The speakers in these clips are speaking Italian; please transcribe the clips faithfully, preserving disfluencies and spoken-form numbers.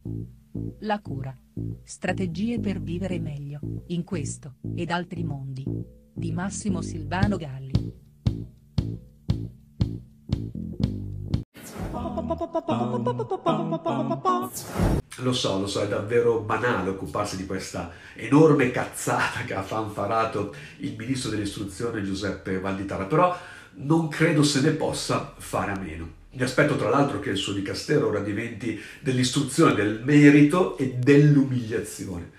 La cura. Strategie per vivere meglio, in questo, ed altri mondi. Di Massimo Silvano Galli. Lo so, lo so, è davvero banale occuparsi di questa enorme cazzata che ha fanfarato il ministro dell'istruzione Giuseppe Valditara, però non credo se ne possa fare a meno. Mi aspetto tra l'altro che il suo dicastero ora diventi dell'istruzione, del merito e dell'umiliazione.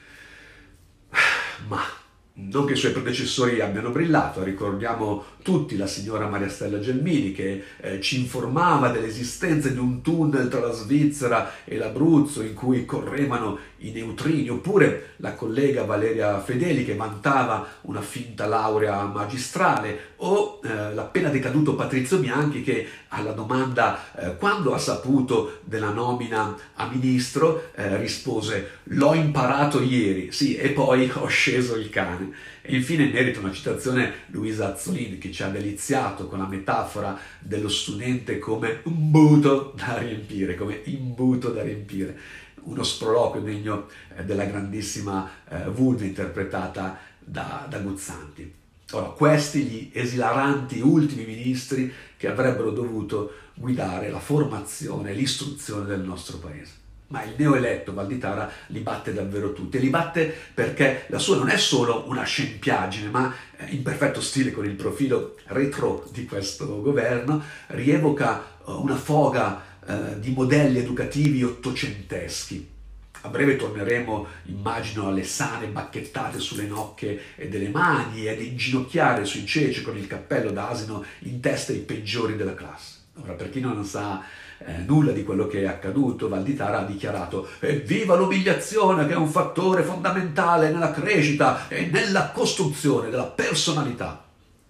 Ma non che i suoi predecessori abbiano brillato, ricordiamo tutti la signora Maria Stella Gelmini che eh, ci informava dell'esistenza di un tunnel tra la Svizzera e l'Abruzzo in cui correvano i neutrini, oppure la collega Valeria Fedeli che vantava una finta laurea magistrale, o eh, l'appena decaduto Patrizio Bianchi che alla domanda eh, quando ha saputo della nomina a ministro eh, rispose l'ho imparato ieri, sì, e poi ho sceso il cane. E infine merita una citazione Luisa Azzolin che ci ha deliziato con la metafora dello studente come un buco da riempire, come imbuto da riempire. Uno sproloquio degno eh, della grandissima eh, Vulva interpretata da, da Guzzanti. Ora, questi gli esilaranti ultimi ministri che avrebbero dovuto guidare la formazione e l'istruzione del nostro paese. Ma il neoeletto Valditara li batte davvero tutti, e li batte perché la sua non è solo una scempiaggine, ma in perfetto stile con il profilo retro di questo governo, rievoca una foga eh, di modelli educativi ottocenteschi. A breve torneremo, immagino, alle sane bacchettate sulle nocche delle mani ed inginocchiare sui ceci con il cappello d'asino in testa ai peggiori della classe. Ora, per chi non sa eh, nulla di quello che è accaduto, Valditara ha dichiarato «Evviva l'umiliazione che è un fattore fondamentale nella crescita e nella costruzione della personalità».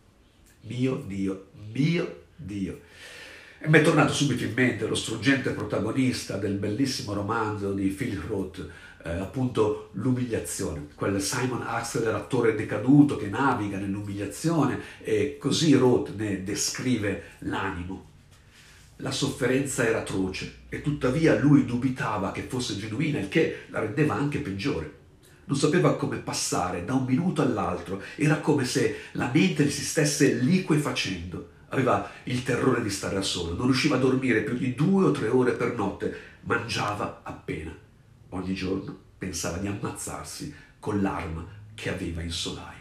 Mio Dio, mio Dio. E mi è tornato subito in mente lo struggente protagonista del bellissimo romanzo di Philip Roth, eh, appunto L'umiliazione, quel Simon Axeler, attore decaduto che naviga nell'umiliazione, e così Roth ne descrive l'animo. La sofferenza era atroce e tuttavia lui dubitava che fosse genuina, il che la rendeva anche peggiore. Non sapeva come passare da un minuto all'altro, era come se la mente gli si stesse liquefacendo. Aveva il terrore di stare da solo, non riusciva a dormire più di due o tre ore per notte, mangiava appena. Ogni giorno pensava di ammazzarsi con l'arma che aveva in solaio.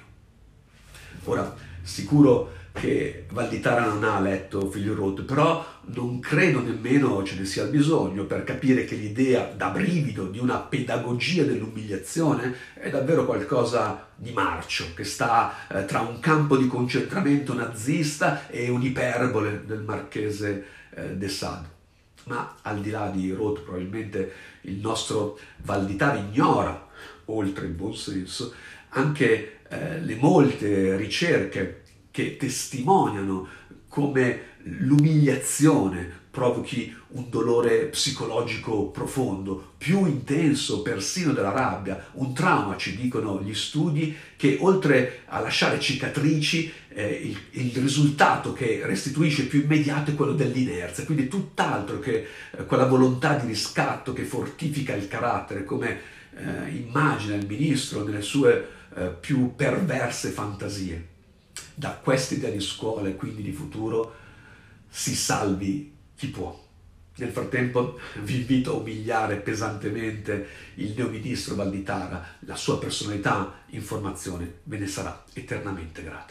Ora, sicuro che Valditara non ha letto Philip Roth, però non credo nemmeno ce ne sia il bisogno per capire che l'idea da brivido di una pedagogia dell'umiliazione è davvero qualcosa di marcio, che sta eh, tra un campo di concentramento nazista e un'iperbole del marchese eh, de Sade. Ma al di là di Roth, probabilmente il nostro Valditara ignora, oltre il buon senso, anche eh, le molte ricerche che testimoniano come l'umiliazione provochi un dolore psicologico profondo, più intenso persino della rabbia, un trauma, ci dicono gli studi, che oltre a lasciare cicatrici, eh, il, il risultato che restituisce più immediato è quello dell'inerzia, quindi tutt'altro che eh, quella volontà di riscatto che fortifica il carattere, come eh, immagina il ministro nelle sue eh, più perverse fantasie. Da quest'idea di scuola e quindi di futuro si salvi chi può. Nel frattempo vi invito a umiliare pesantemente il neoministro Valditara, la sua personalità in formazione ve ne sarà eternamente grata.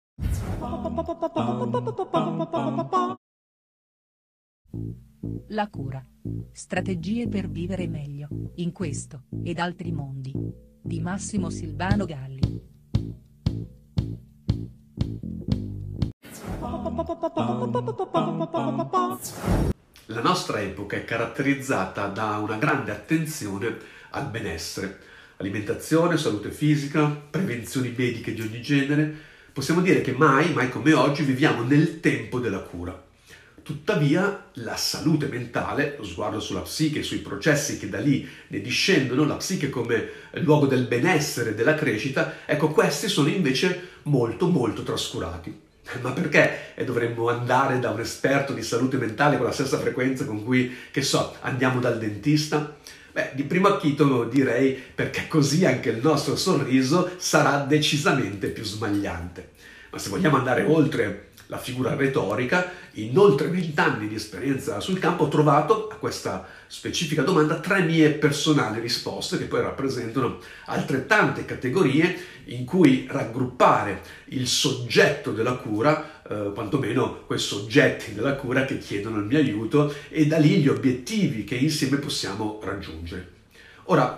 La cura. Strategie per vivere meglio, in questo, ed altri mondi. Di Massimo Silvano Galli. La nostra epoca è caratterizzata da una grande attenzione al benessere, alimentazione, salute fisica, prevenzioni mediche di ogni genere. Possiamo dire che mai, mai come oggi, viviamo nel tempo della cura. Tuttavia, la salute mentale, lo sguardo sulla psiche e sui processi che da lì ne discendono, la psiche come luogo del benessere e della crescita, ecco, questi sono invece molto, molto trascurati. Ma perché dovremmo andare da un esperto di salute mentale con la stessa frequenza con cui, che so, andiamo dal dentista? Beh, di primo acchito direi perché così anche il nostro sorriso sarà decisamente più smagliante. Ma se vogliamo andare oltre la figura retorica, in oltre vent'anni di esperienza sul campo ho trovato a questa specifica domanda tre mie personali risposte che poi rappresentano altrettante categorie in cui raggruppare il soggetto della cura, eh, quantomeno quei soggetti della cura che chiedono il mio aiuto, e da lì gli obiettivi che insieme possiamo raggiungere. Ora,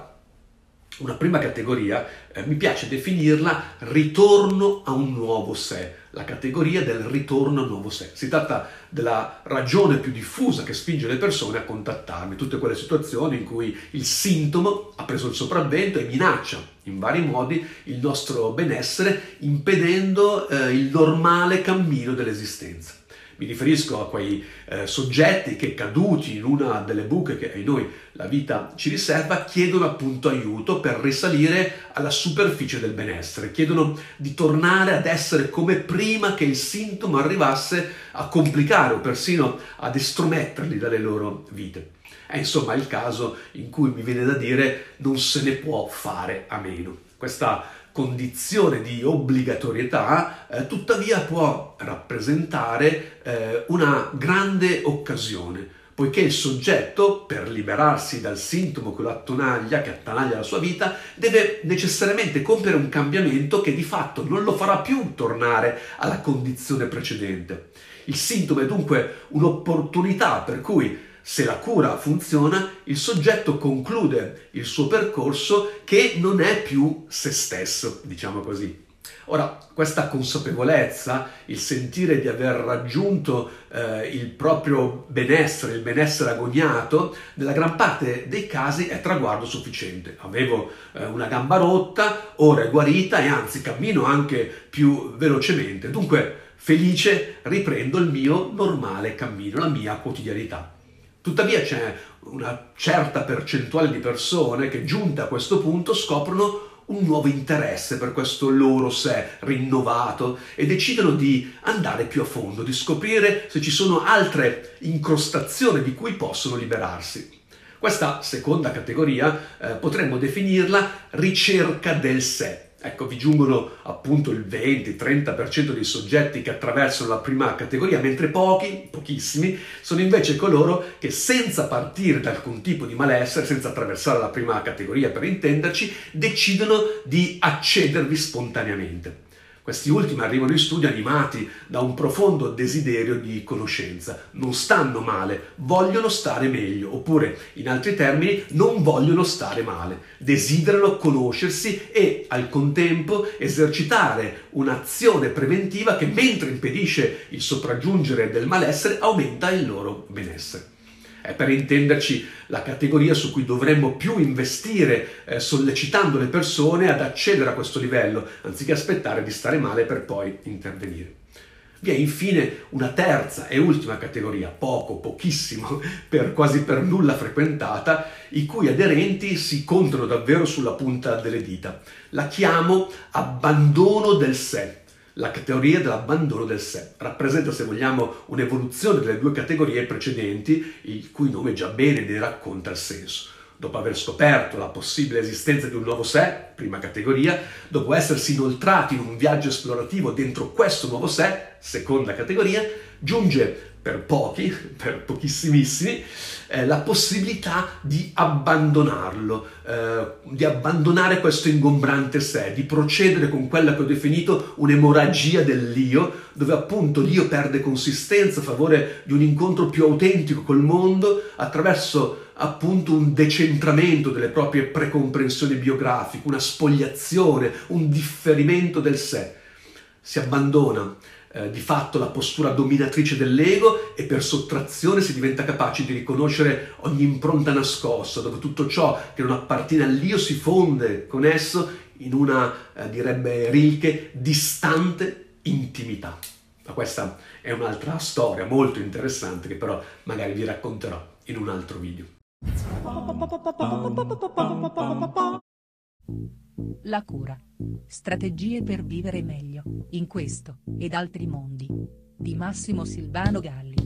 una prima categoria, eh, mi piace definirla ritorno a un nuovo sé, la categoria del ritorno a un nuovo sé. Si tratta della ragione più diffusa che spinge le persone a contattarmi, tutte quelle situazioni in cui il sintomo ha preso il sopravvento e minaccia in vari modi il nostro benessere, impedendo eh, il normale cammino dell'esistenza. Mi riferisco a quei eh, soggetti che, caduti in una delle buche che a noi la vita ci riserva, chiedono appunto aiuto per risalire alla superficie del benessere, chiedono di tornare ad essere come prima che il sintomo arrivasse a complicare o persino ad estrometterli dalle loro vite. È insomma il caso in cui mi viene da dire non se ne può fare a meno. Questa condizione di obbligatorietà eh, tuttavia può rappresentare eh, una grande occasione, poiché il soggetto, per liberarsi dal sintomo che lo attonaglia, che attanaglia la sua vita, deve necessariamente compiere un cambiamento che di fatto non lo farà più tornare alla condizione precedente. Il sintomo è dunque un'opportunità per cui, se la cura funziona, il soggetto conclude il suo percorso che non è più se stesso, diciamo così. Ora, questa consapevolezza, il sentire di aver raggiunto eh, il proprio benessere, il benessere agognato, nella gran parte dei casi è traguardo sufficiente. Avevo eh, una gamba rotta, ora è guarita e anzi cammino anche più velocemente. Dunque, felice, riprendo il mio normale cammino, la mia quotidianità. Tuttavia c'è una certa percentuale di persone che, giunte a questo punto, scoprono un nuovo interesse per questo loro sé rinnovato e decidono di andare più a fondo, di scoprire se ci sono altre incrostazioni di cui possono liberarsi. Questa seconda categoria eh, potremmo definirla ricerca del sé. Ecco, vi giungono appunto il venti trenta per cento dei soggetti che attraversano la prima categoria, mentre pochi, pochissimi, sono invece coloro che, senza partire da alcun tipo di malessere, senza attraversare la prima categoria per intenderci, decidono di accedervi spontaneamente. Questi ultimi arrivano in studio animati da un profondo desiderio di conoscenza. Non stanno male, vogliono stare meglio, oppure, in altri termini, non vogliono stare male. Desiderano conoscersi e, al contempo, esercitare un'azione preventiva che, mentre impedisce il sopraggiungere del malessere, aumenta il loro benessere. È, per intenderci, la categoria su cui dovremmo più investire, eh, sollecitando le persone ad accedere a questo livello, anziché aspettare di stare male per poi intervenire. Vi è infine una terza e ultima categoria, poco, pochissimo, per quasi per nulla frequentata, i cui aderenti si contano davvero sulla punta delle dita. La chiamo abbandono del sé. La categoria dell'abbandono del sé rappresenta, se vogliamo, un'evoluzione delle due categorie precedenti, il cui nome già bene ne racconta il senso. Dopo aver scoperto la possibile esistenza di un nuovo sé, prima categoria, dopo essersi inoltrati in un viaggio esplorativo dentro questo nuovo sé, seconda categoria, giunge per pochi, per pochissimissimi, eh, la possibilità di abbandonarlo, eh, di abbandonare questo ingombrante sé, di procedere con quella che ho definito un'emorragia dell'io, dove appunto l'io perde consistenza a favore di un incontro più autentico col mondo attraverso appunto un decentramento delle proprie precomprensioni biografiche, una spogliazione, un differimento del sé. Si abbandona eh, di fatto la postura dominatrice dell'ego e per sottrazione si diventa capaci di riconoscere ogni impronta nascosta, dove tutto ciò che non appartiene all'io si fonde con esso in una, eh, direbbe Rilke, distante intimità. Ma questa è un'altra storia molto interessante che però magari vi racconterò in un altro video. La cura. Strategie per vivere meglio, in questo ed altri mondi, di Massimo Silvano Galli.